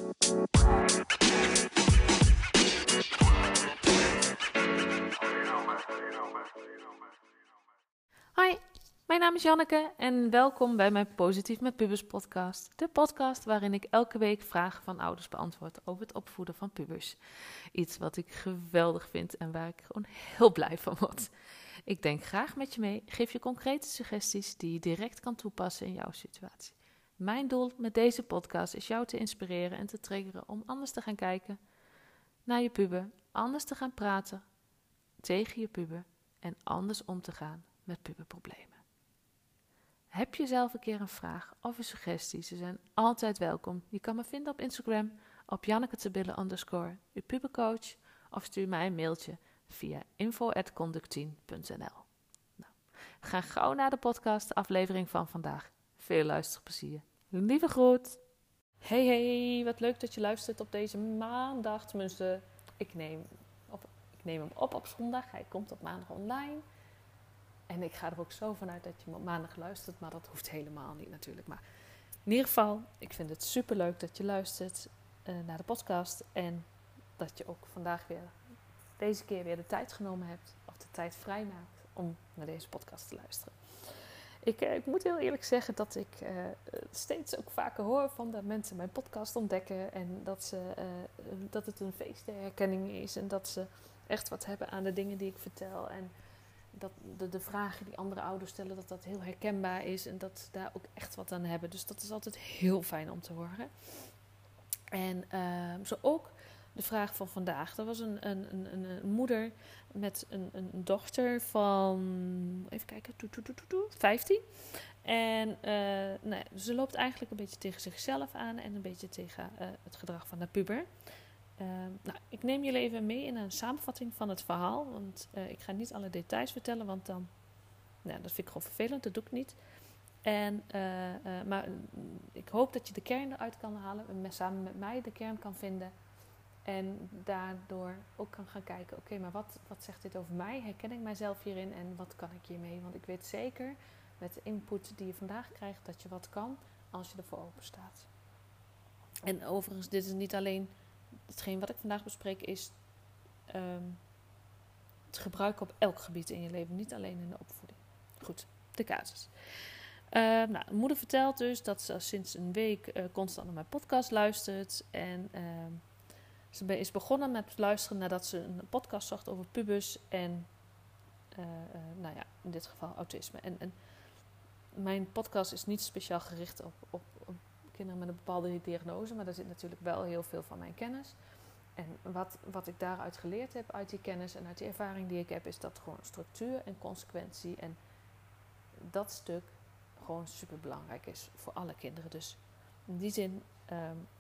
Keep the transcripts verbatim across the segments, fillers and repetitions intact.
Hoi, mijn naam is Janneke en welkom bij mijn Positief met Pubers podcast. De podcast waarin ik elke week vragen van ouders beantwoord over het opvoeden van pubers. Iets wat ik geweldig vind en waar ik gewoon heel blij van word. Ik denk graag met je mee, geef je concrete suggesties die je direct kan toepassen in jouw situatie. Mijn doel met deze podcast is jou te inspireren en te triggeren om anders te gaan kijken naar je puber, anders te gaan praten tegen je puber en anders om te gaan met puberproblemen. Heb je zelf een keer een vraag of een suggestie? Ze zijn altijd welkom. Je kan me vinden op Instagram op janneketebille underscore uw pubercoach of stuur mij een mailtje via info at conductien punt n l. Nou, we gaan gauw naar de podcast, de aflevering van vandaag. Veel luisterplezier. Lieve groet. Hey hey, wat leuk dat je luistert op deze maandag. Tenminste, ik neem, op, ik neem hem op op zondag. Hij komt op maandag online. En ik ga er ook zo vanuit dat je hem op maandag luistert, maar dat hoeft helemaal niet natuurlijk. Maar in ieder geval, ik vind het superleuk dat je luistert uh, naar de podcast. En dat je ook vandaag weer, deze keer weer de tijd genomen hebt, of de tijd vrijmaakt om naar deze podcast te luisteren. Ik, uh, ik moet heel eerlijk zeggen dat ik uh, steeds ook vaker hoor van dat mensen mijn podcast ontdekken. En dat, ze, uh, dat het een feest der herkenning is en dat ze echt wat hebben aan de dingen die ik vertel. En dat de, de vragen die andere ouders stellen, dat dat heel herkenbaar is en dat ze daar ook echt wat aan hebben. Dus dat is altijd heel fijn om te horen. En uh, zo ook de vraag van vandaag. Er was een, een, een, een moeder met een, een dochter van, even kijken, toe, toe, toe, toe, toe, vijftien. En uh, nou ja, ze loopt eigenlijk een beetje tegen zichzelf aan en een beetje tegen uh, het gedrag van de puber. Uh, nou, ik neem jullie even mee in een samenvatting van het verhaal. Want uh, ik ga niet alle details vertellen, want dan, nou, dat vind ik gewoon vervelend, dat doe ik niet. En, uh, uh, maar uh, ik hoop dat je de kern eruit kan halen en samen met mij de kern kan vinden. En daardoor ook kan gaan kijken, oké, okay, maar wat, wat zegt dit over mij? Herken ik mijzelf hierin en wat kan ik hiermee? Want ik weet zeker met de input die je vandaag krijgt dat je wat kan als je ervoor open staat. En overigens, dit is niet alleen... Hetgeen wat ik vandaag bespreek is um, het gebruiken op elk gebied in je leven. Niet alleen in de opvoeding. Goed, de casus. Uh, nou, de moeder vertelt dus dat ze sinds een week uh, constant naar mijn podcast luistert. En uh, ze be- is begonnen met luisteren nadat ze een podcast zocht over pubers. En uh, uh, nou ja, in dit geval autisme. En, en mijn podcast is niet speciaal gericht op, op, op kinderen met een bepaalde diagnose. Maar daar zit natuurlijk wel heel veel van mijn kennis. En wat, wat ik daaruit geleerd heb, uit die kennis en uit die ervaring die ik heb, is dat gewoon structuur en consequentie en dat stuk gewoon super belangrijk is voor alle kinderen. Dus in die zin um,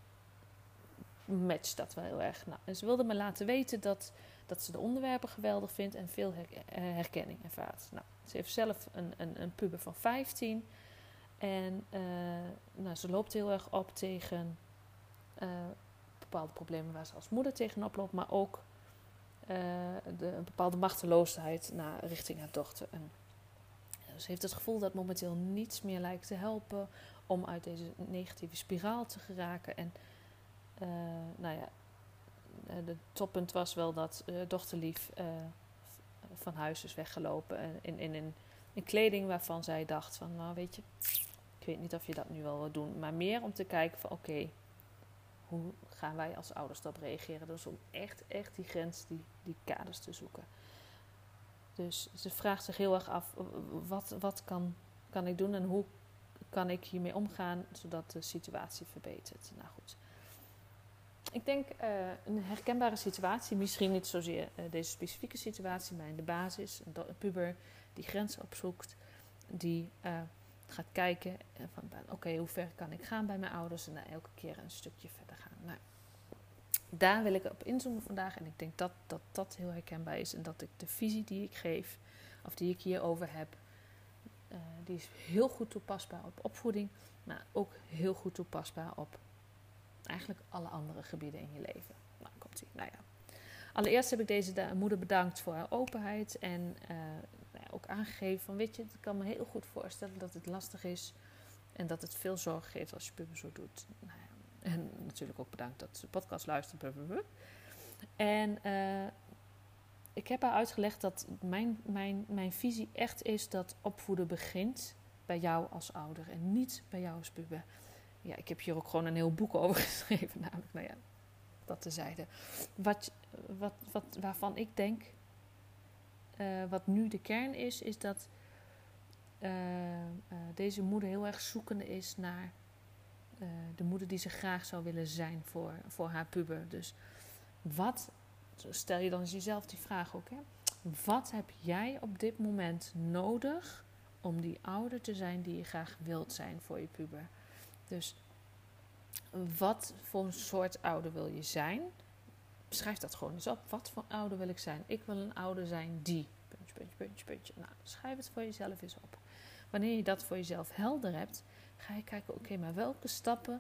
matcht dat wel heel erg. Nou, en ze wilde me laten weten dat, dat ze de onderwerpen geweldig vindt en veel her- herkenning ervaart. Nou, ze heeft zelf een, een, een puber van vijftien en uh, nou, ze loopt heel erg op tegen... Uh, bepaalde problemen waar ze als moeder tegenop loopt, maar ook uh, de, een bepaalde machteloosheid naar richting haar dochter. En ze heeft het gevoel dat momenteel niets meer lijkt te helpen om uit deze negatieve spiraal te geraken. En uh, nou ja, de toppunt was wel dat uh, dochterlief uh, van huis is weggelopen in, in, in, in kleding waarvan zij dacht van, nou weet je, ik weet niet of je dat nu wel wil doen, maar meer om te kijken van oké, okay, hoe gaan wij als ouders daarop reageren? Dus om echt, echt die grens, die, die kaders te zoeken. Dus ze vraagt zich heel erg af, wat, wat kan, kan ik doen en hoe kan ik hiermee omgaan, zodat de situatie verbetert? Nou goed. Ik denk uh, een herkenbare situatie, misschien niet zozeer uh, deze specifieke situatie, maar in de basis, een, do- een puber die grenzen opzoekt, die... Uh, gaat kijken van oké, okay, hoe ver kan ik gaan bij mijn ouders en dan elke keer een stukje verder gaan. Nou, daar wil ik op inzoomen vandaag en ik denk dat, dat dat heel herkenbaar is en dat ik de visie die ik geef of die ik hierover heb, uh, die is heel goed toepasbaar op opvoeding, maar ook heel goed toepasbaar op eigenlijk alle andere gebieden in je leven. Nou, komt ie. Nou ja. Allereerst heb ik deze da- moeder bedankt voor haar openheid en uh, nou ja, ook aangegeven van weet je, ik kan me heel goed voorstellen dat het lastig is en dat het veel zorg geeft als je puber zo doet. Nou ja, en natuurlijk ook bedankt dat ze de podcast luistert. Blablabla. En uh, ik heb haar uitgelegd dat mijn, mijn, mijn visie echt is dat opvoeden begint bij jou als ouder en niet bij jou als puber. Ja, ik heb hier ook gewoon een heel boek over geschreven, namelijk, nou ja, dat tezijde. Wat, wat, wat, waarvan ik denk, uh, wat nu de kern is, is dat uh, uh, deze moeder heel erg zoekende is naar uh, de moeder die ze graag zou willen zijn voor, voor haar puber. Dus wat, stel je dan eens jezelf die vraag ook, hè? Wat heb jij op dit moment nodig om die ouder te zijn die je graag wilt zijn voor je puber? Dus wat voor een soort ouder wil je zijn? Schrijf dat gewoon eens op. Wat voor ouder wil ik zijn? Ik wil een ouder zijn die... Puntje, puntje, puntje, puntje. Nou, schrijf het voor jezelf eens op. Wanneer je dat voor jezelf helder hebt, ga je kijken, oké, okay, maar welke stappen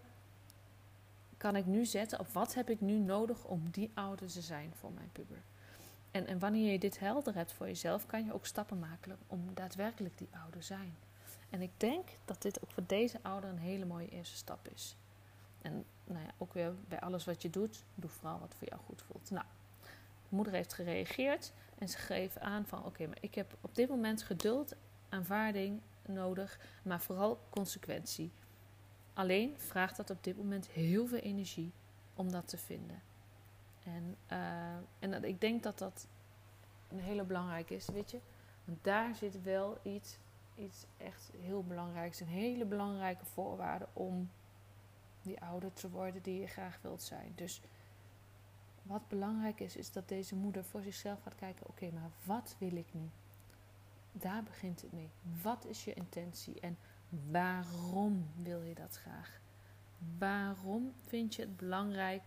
kan ik nu zetten? Of wat heb ik nu nodig om die ouder te zijn voor mijn puber? En, en wanneer je dit helder hebt voor jezelf, kan je ook stappen maken om daadwerkelijk die ouder te zijn. En ik denk dat dit ook voor deze ouder een hele mooie eerste stap is. En nou ja, ook weer bij alles wat je doet, doe vooral wat voor jou goed voelt. Nou, de moeder heeft gereageerd en ze geeft aan van oké, okay, maar ik heb op dit moment geduld, aanvaarding nodig, maar vooral consequentie. Alleen vraagt dat op dit moment heel veel energie om dat te vinden. En, uh, en dat, ik denk dat dat een hele belangrijke is, weet je. Want daar zit wel iets, iets echt heel belangrijks, een hele belangrijke voorwaarde om die ouder te worden die je graag wilt zijn. Dus wat belangrijk is, is dat deze moeder voor zichzelf gaat kijken, oké, okay, maar wat wil ik nu? Daar begint het mee. Wat is je intentie en waarom wil je dat graag? Waarom vind je het belangrijk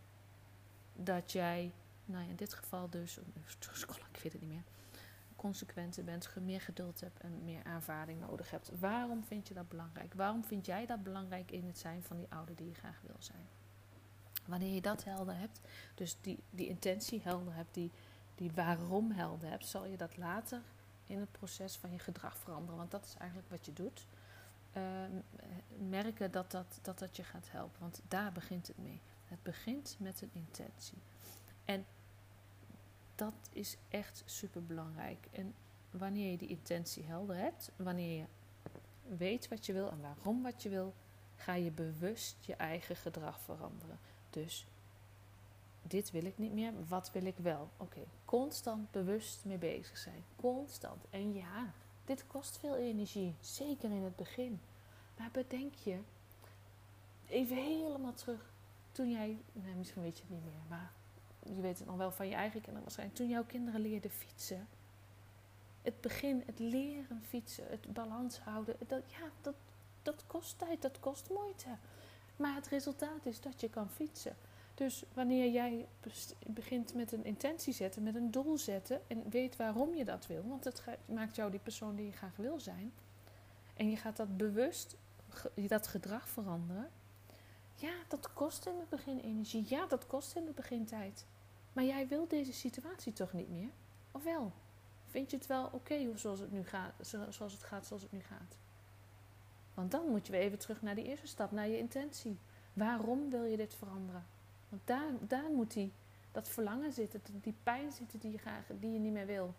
dat jij, nou ja, in dit geval dus, ik weet het niet meer, consequenter bent, meer geduld hebt en meer aanvaarding nodig hebt. Waarom vind je dat belangrijk? Waarom vind jij dat belangrijk in het zijn van die ouder die je graag wil zijn? Wanneer je dat helder hebt, dus die, die intentie helder hebt, die, die waarom helder hebt, zal je dat later in het proces van je gedrag veranderen. Want dat is eigenlijk wat je doet. Uh, merken dat dat, dat dat je gaat helpen. Want daar begint het mee. Het begint met een intentie. En dat is echt super belangrijk. En wanneer je die intentie helder hebt, wanneer je weet wat je wil en waarom wat je wil, ga je bewust je eigen gedrag veranderen. Dus dit wil ik niet meer, wat wil ik wel? Oké, okay. Constant bewust mee bezig zijn. Constant. En ja, dit kost veel energie, zeker in het begin. Maar bedenk je, even helemaal terug, toen jij, nou, misschien weet je het niet meer, maar je weet het nog wel van je eigen kinderen waarschijnlijk. Toen jouw kinderen leerden fietsen. Het begin, het leren fietsen, het balans houden. Dat, ja, dat, dat kost tijd, dat kost moeite. Maar het resultaat is dat je kan fietsen. Dus wanneer jij begint met een intentie zetten, met een doel zetten. En weet waarom je dat wil. Want het maakt jou die persoon die je graag wil zijn. En je gaat dat bewust, dat gedrag veranderen. Ja, dat kost in het begin energie. Ja, dat kost in het begin tijd. Maar jij wil deze situatie toch niet meer? Of wel? Vind je het wel oké okay, zoals het nu gaat, zoals het gaat, zoals het nu gaat? Want dan moet je weer even terug naar die eerste stap, naar je intentie. Waarom wil je dit veranderen? Want daar, daar moet die, dat verlangen zitten, die pijn zitten die je, graag, die je niet meer wil.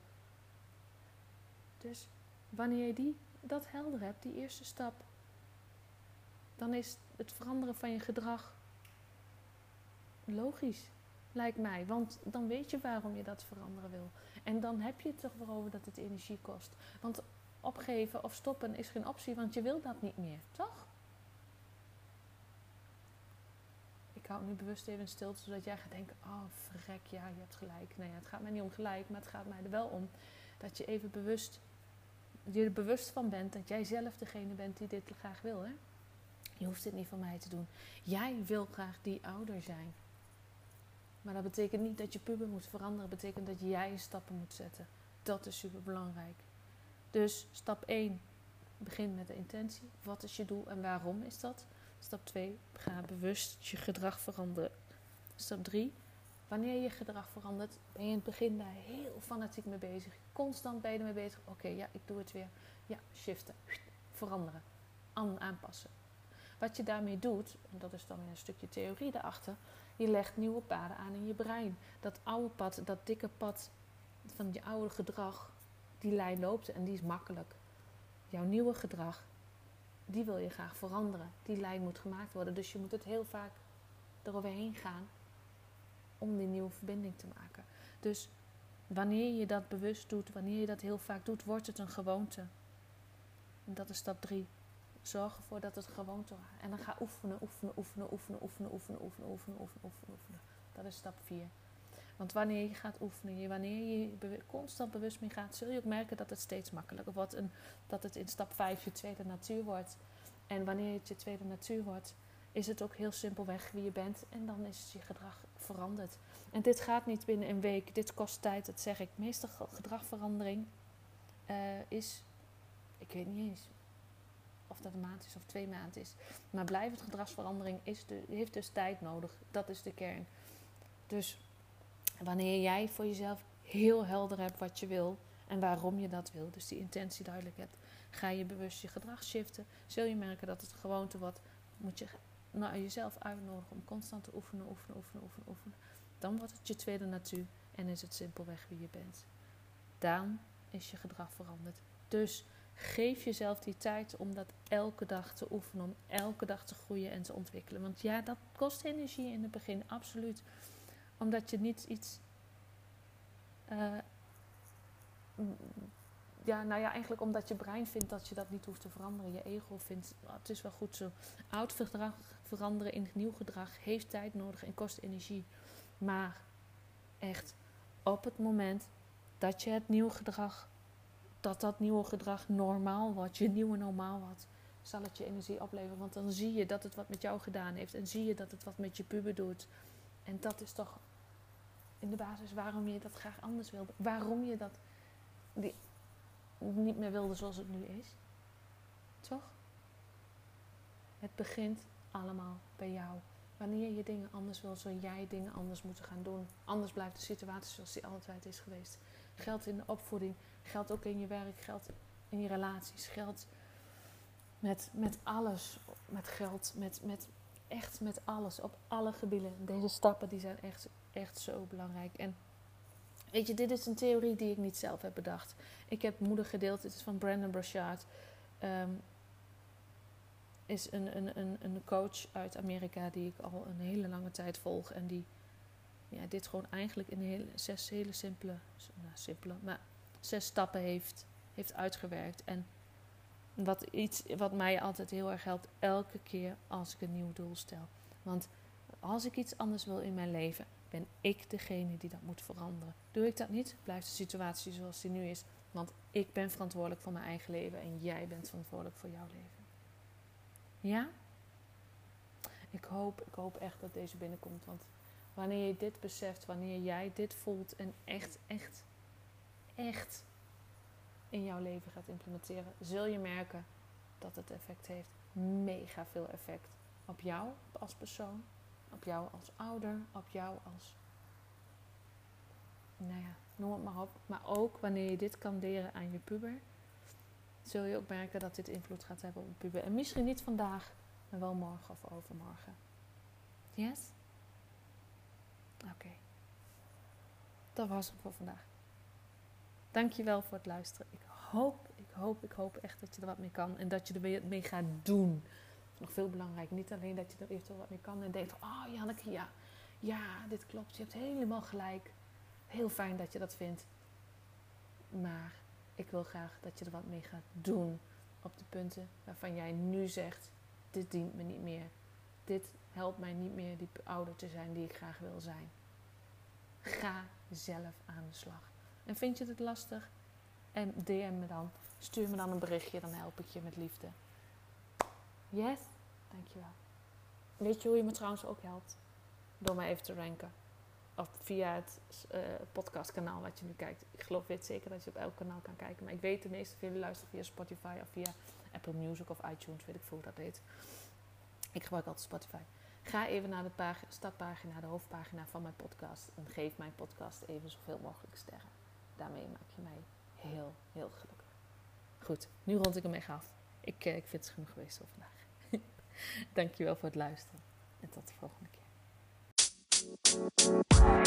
Dus wanneer je die, dat helder hebt, die eerste stap, dan is het veranderen van je gedrag logisch, lijkt mij. Want dan weet je waarom je dat veranderen wil. En dan heb je het toch weer over dat het energie kost. Want opgeven of stoppen is geen optie, want je wil dat niet meer, toch? Ik hou nu bewust even stil, zodat jij gaat denken, oh verrek, ja, je hebt gelijk. Nee, het gaat mij niet om gelijk, maar het gaat mij er wel om dat je even bewust, je er bewust van bent dat jij zelf degene bent die dit graag wil, hè? Je hoeft dit niet van mij te doen. Jij wil graag die ouder zijn. Maar dat betekent niet dat je puber moet veranderen. Dat betekent dat jij stappen moet zetten. Dat is super belangrijk. Dus stap één. Begin met de intentie. Wat is je doel en waarom is dat? Stap twee. Ga bewust je gedrag veranderen. Stap drie. Wanneer je gedrag verandert, ben je in het begin daar heel fanatiek mee bezig. Constant ben je ermee bezig. Oké, okay, ja, ik doe het weer. Ja, shiften. Veranderen. Aan, aanpassen. Wat je daarmee doet, en dat is dan weer een stukje theorie daarachter, je legt nieuwe paden aan in je brein. Dat oude pad, dat dikke pad van je oude gedrag, die lijn loopt en die is makkelijk. Jouw nieuwe gedrag, die wil je graag veranderen. Die lijn moet gemaakt worden. Dus je moet het heel vaak eroverheen gaan om die nieuwe verbinding te maken. Dus wanneer je dat bewust doet, wanneer je dat heel vaak doet, wordt het een gewoonte. En dat is stap drie. Zorg ervoor dat het gewoonte wordt. En dan ga oefenen, oefenen, oefenen, oefenen, oefenen, oefenen, oefenen, oefenen, oefenen, oefenen, oefenen. Dat is stap vier. Want wanneer je gaat oefenen, wanneer je be- constant bewust mee gaat, zul je ook merken dat het steeds makkelijker wordt. En dat het in stap vijf je tweede natuur wordt. En wanneer het je tweede natuur wordt, is het ook heel simpelweg wie je bent. En dan is je gedrag veranderd. En dit gaat niet binnen een week. Dit kost tijd, dat zeg ik. Meestal gedragverandering uh, is, ik weet niet eens of dat een maand is of twee maanden is. Maar blijvend gedragsverandering is de, heeft dus tijd nodig. Dat is de kern. Dus wanneer jij voor jezelf heel helder hebt wat je wil en waarom je dat wil, dus die intentie duidelijk hebt, ga je bewust je gedrag shiften, zul je merken dat het gewoonte wordt, moet je naar jezelf uitnodigen om constant te oefenen, oefenen, oefenen, oefenen, oefenen. Dan wordt het je tweede natuur en is het simpelweg wie je bent. Dan is je gedrag veranderd. Dus geef jezelf die tijd om dat elke dag te oefenen, om elke dag te groeien en te ontwikkelen. Want ja, dat kost energie in het begin, absoluut. Omdat je niet iets... Uh, ja, nou ja, eigenlijk omdat je brein vindt dat je dat niet hoeft te veranderen. Je ego vindt, oh, het is wel goed zo. Oud gedrag veranderen in nieuw gedrag heeft tijd nodig en kost energie. Maar echt, op het moment dat je het nieuwe gedrag, dat dat nieuwe gedrag normaal wordt, je nieuwe normaal wordt, zal het je energie opleveren. Want dan zie je dat het wat met jou gedaan heeft. En zie je dat het wat met je puber doet. En dat is toch in de basis waarom je dat graag anders wilde. Waarom je dat die, niet meer wilde zoals het nu is. Toch? Het begint allemaal bij jou. Wanneer je dingen anders wil, zul jij dingen anders moeten gaan doen. Anders blijft de situatie zoals die altijd is geweest. Geldt in de opvoeding, geldt ook in je werk, geldt in je relaties, geldt met, met alles. Met geld, met, met echt met alles, op alle gebieden. Deze stappen die zijn echt, echt zo belangrijk. En weet je, dit is een theorie die ik niet zelf heb bedacht. Ik heb moeder gedeeld, dit is van Brendon Burchard. Um, is een, een, een, een coach uit Amerika die ik al een hele lange tijd volg. En die ja, dit gewoon eigenlijk in hele, zes hele simpele, nou simpele, maar zes stappen heeft, heeft uitgewerkt. En wat, iets, wat mij altijd heel erg helpt, elke keer als ik een nieuw doel stel. Want als ik iets anders wil in mijn leven, ben ik degene die dat moet veranderen. Doe ik dat niet, blijft de situatie zoals die nu is. Want ik ben verantwoordelijk voor mijn eigen leven en jij bent verantwoordelijk voor jouw leven. Ja? Ik hoop, ik hoop echt dat deze binnenkomt. Want wanneer je dit beseft, wanneer jij dit voelt en echt, echt, echt in jouw leven gaat implementeren, zul je merken dat het effect heeft. Mega veel effect. Op jou als persoon, op jou als ouder, op jou als... Nou ja, noem het maar op. Maar ook wanneer je dit kan leren aan je puber, zul je ook merken dat dit invloed gaat hebben op je puber. En misschien niet vandaag, maar wel morgen of overmorgen. Yes? Oké. Okay. Dat was het voor vandaag. Dankjewel voor het luisteren. Ik hoop, ik hoop, ik hoop echt dat je er wat mee kan. En dat je er weer mee gaat doen. Nog veel belangrijker. Niet alleen dat je er eventueel wat mee kan en denkt, oh Janneke, ja, ja, dit klopt. Je hebt helemaal gelijk. Heel fijn dat je dat vindt. Maar ik wil graag dat je er wat mee gaat doen. Op de punten waarvan jij nu zegt, dit dient me niet meer. Dit helpt mij niet meer die ouder te zijn die ik graag wil zijn. Ga zelf aan de slag. En vind je het lastig? En D M me dan. Stuur me dan een berichtje, dan help ik je met liefde. Yes? Dankjewel. Weet je hoe je me trouwens ook helpt? Door mij even te ranken. Of via het uh, podcastkanaal wat je nu kijkt. Ik geloof weet zeker dat je op elk kanaal kan kijken. Maar ik weet de meeste velen luisteren via Spotify of via Apple Music of iTunes. Weet ik veel hoe dat heet. Ik gebruik altijd Spotify. Ga even naar de pag- startpagina, de hoofdpagina van mijn podcast. En geef mijn podcast even zoveel mogelijk sterren. Daarmee maak je mij heel, heel gelukkig. Goed, nu rond ik hem echt af. Ik, uh, ik vind het genoeg geweest voor vandaag. Dankjewel voor het luisteren en tot de volgende keer.